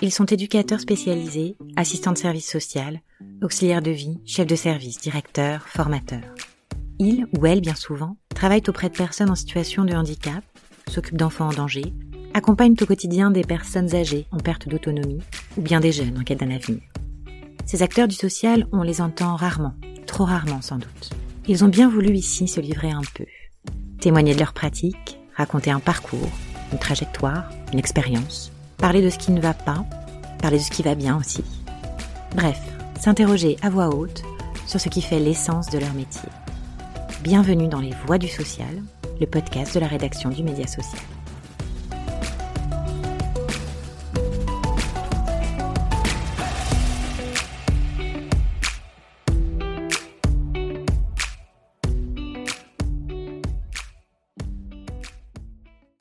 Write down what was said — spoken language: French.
Ils sont éducateurs spécialisés, assistants de service social, auxiliaires de vie, chefs de service, directeurs, formateurs. Ils, ou elles bien souvent, travaillent auprès de personnes en situation de handicap, s'occupent d'enfants en danger, accompagnent au quotidien des personnes âgées en perte d'autonomie ou bien des jeunes en quête d'un avenir. Ces acteurs du social, on les entend rarement, trop rarement sans doute. Ils ont bien voulu ici se livrer un peu, témoigner de leurs pratiques, raconter un parcours, une trajectoire, une expérience, parler de ce qui ne va pas, parler de ce qui va bien aussi. Bref, s'interroger à voix haute sur ce qui fait l'essence de leur métier. Bienvenue dans Les Voix du Social, le podcast de la rédaction du Média Social.